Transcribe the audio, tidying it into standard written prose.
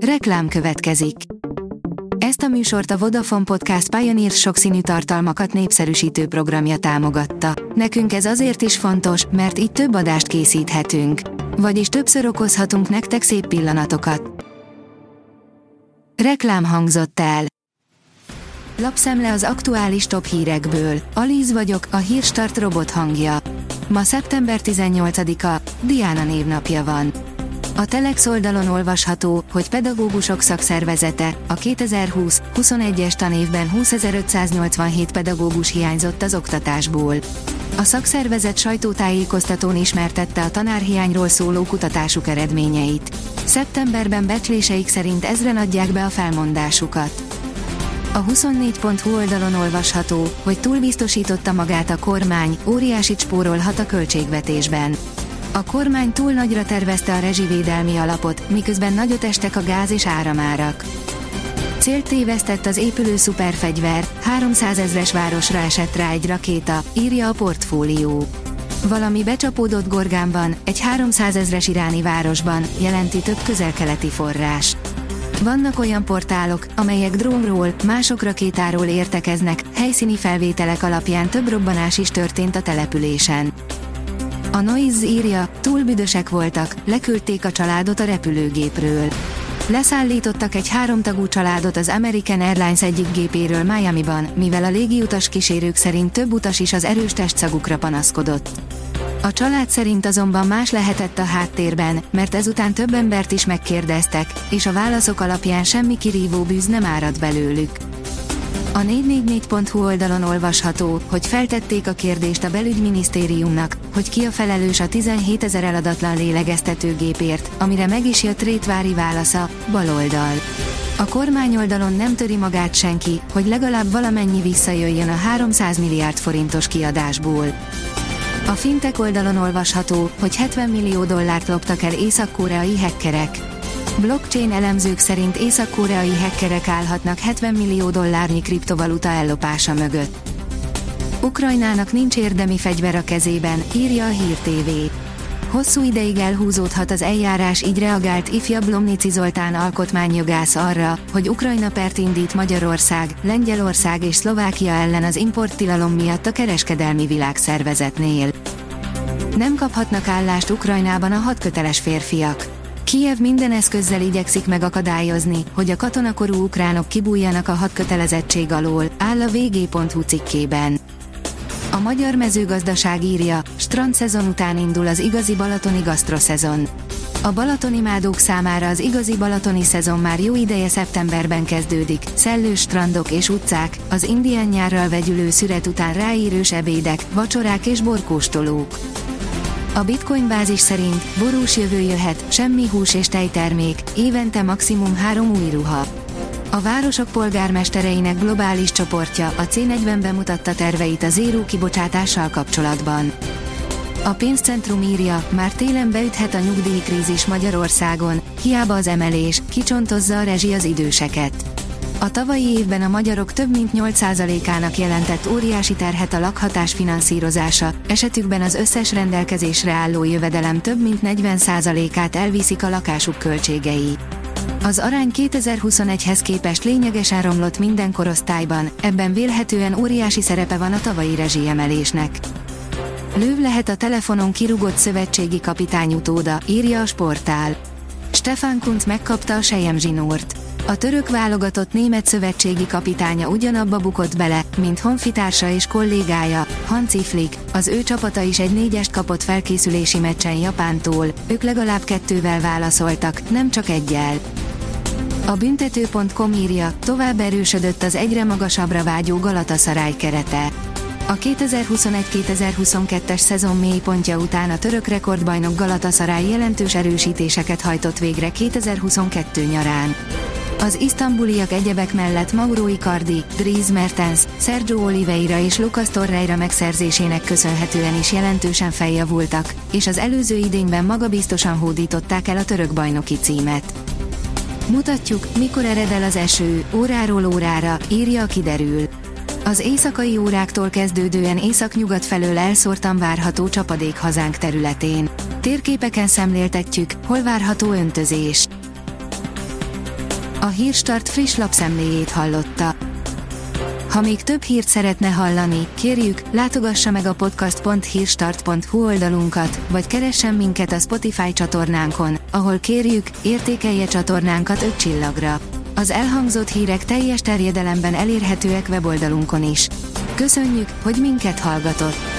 Reklám következik. Ezt a műsort a Vodafone Podcast Pioneer sokszínű tartalmakat népszerűsítő programja támogatta. Nekünk ez azért is fontos, mert így több adást készíthetünk. Vagyis többször okozhatunk nektek szép pillanatokat. Reklám hangzott el. Lapszemle az aktuális top hírekből. Alíz vagyok, a Hírstart robot hangja. Ma szeptember 18-a, Diana névnapja van. A Telex oldalon olvasható, hogy pedagógusok szakszervezete, a 2020-21-es tanévben 20.587 pedagógus hiányzott az oktatásból. A szakszervezet sajtótájékoztatón ismertette a tanárhiányról szóló kutatásuk eredményeit. Szeptemberben becsléseik szerint ezren adják be a felmondásukat. A 24.hu oldalon olvasható, hogy túlbiztosította magát a kormány, óriásit spórolhat a költségvetésben. A kormány túl nagyra tervezte a rezsivédelmi alapot, miközben nagyot estek a gáz és áramárak. Célt tévesztett az épülő szuperfegyver, 300 000-es városra esett rá egy rakéta, írja a Portfólió. Valami becsapódott Gorgánban, egy 300 000-es iráni városban, jelenti több közel-keleti forrás. Vannak olyan portálok, amelyek drónról, mások rakétáról értekeznek, helyszíni felvételek alapján több robbanás is történt a településen. A Noise írja, túl büdösek voltak, leküldték a családot a repülőgépről. Leszállítottak egy 3 tagú családot az American Airlines egyik gépéről Miamiban, mivel a légiutas kísérők szerint több utas is az erős testszagukra panaszkodott. A család szerint azonban más lehetett a háttérben, mert ezután több embert is megkérdeztek, és a válaszok alapján semmi kirívó bűz nem árad belőlük. A 444.hu oldalon olvasható, hogy feltették a kérdést a belügyminisztériumnak, hogy ki a felelős a 17 000 eladatlan lélegeztetőgépért, amire meg is jött Rétvári válasza, baloldal. A kormányoldalon nem töri magát senki, hogy legalább valamennyi visszajöjjön a 300 milliárd forintos kiadásból. A Fintech oldalon olvasható, hogy 70 millió dollárt loptak el észak-koreai hackerek. Blockchain elemzők szerint észak-koreai hackerek állhatnak 70 millió dollárnyi kriptovaluta ellopása mögött. Ukrajnának nincs érdemi fegyver a kezében, írja a Hír TV. Hosszú ideig elhúzódhat az eljárás, így reagált ifjabb Lomnici Zoltán alkotmányjogász arra, hogy Ukrajna pert indít Magyarország, Lengyelország és Szlovákia ellen az importtilalom miatt a Kereskedelmi Világszervezetnél. Nem kaphatnak állást Ukrajnában a hadköteles férfiak. Kijev minden eszközzel igyekszik megakadályozni, hogy a katonakorú ukránok kibújjanak a hadkötelezettség alól, áll a vg.hu cikkében. A magyar mezőgazdaság írja, strandszezon után indul az igazi balatoni gasztroszezon. A balatoni imádók számára az igazi balatoni szezon már jó ideje szeptemberben kezdődik, szellős strandok és utcák, az indián nyárral vegyülő szüret után ráérős ebédek, vacsorák és borkóstolók. A Bitcoin bázis szerint borús jövő jöhet, semmi hús és tejtermék, évente maximum 3 új ruha. A városok polgármestereinek globális csoportja, a C40 bemutatta terveit a zéró kibocsátással kapcsolatban. A pénzcentrum írja, már télen beüthet a nyugdíjkrízis Magyarországon, hiába az emelés, kicsontozza a rezsi az időseket. A tavalyi évben a magyarok több mint 8%-ának jelentett óriási terhet a lakhatás finanszírozása, esetükben az összes rendelkezésre álló jövedelem több mint 40%-át elviszik a lakásuk költségei. Az arány 2021-hez képest lényegesen romlott minden korosztályban, ebben vélhetően óriási szerepe van a tavalyi rezsiemelésnek. Löw lehet a telefonon kirúgott szövetségi kapitány utóda, írja a Sportál. Stefan Kuntz megkapta a selyemzsinórt. A török válogatott német szövetségi kapitánya ugyanabba bukott bele, mint honfitársa és kollégája, Hansi Flick, az ő csapata is egy 4-est kapott felkészülési meccsen Japántól, ők legalább 2-vel válaszoltak, nem csak 1-jel. A büntető.com írja, tovább erősödött az egyre magasabbra vágyó Galatasaray kerete. A 2021-2022-es szezon mélypontja után a török rekordbajnok Galatasaray jelentős erősítéseket hajtott végre 2022 nyarán. Az isztambuliak egyebek mellett Mauro Icardi, Dries Mertens, Sergio Oliveira és Lucas Torreira megszerzésének köszönhetően is jelentősen feljavultak, és az előző idényben magabiztosan hódították el a török bajnoki címet. Mutatjuk, mikor ered el az eső, óráról órára, írja a Kiderül. Az éjszakai óráktól kezdődően északnyugat felől elszórtan várható csapadék hazánk területén. Térképeken szemléltetjük, hol várható öntözés. A Hírstart friss lapszemléjét hallotta. Ha még több hírt szeretne hallani, kérjük, látogassa meg a podcast.hírstart.hu oldalunkat, vagy keressen minket a Spotify csatornánkon, ahol kérjük, értékelje csatornánkat 5 csillagra. Az elhangzott hírek teljes terjedelemben elérhetőek weboldalunkon is. Köszönjük, hogy minket hallgatott!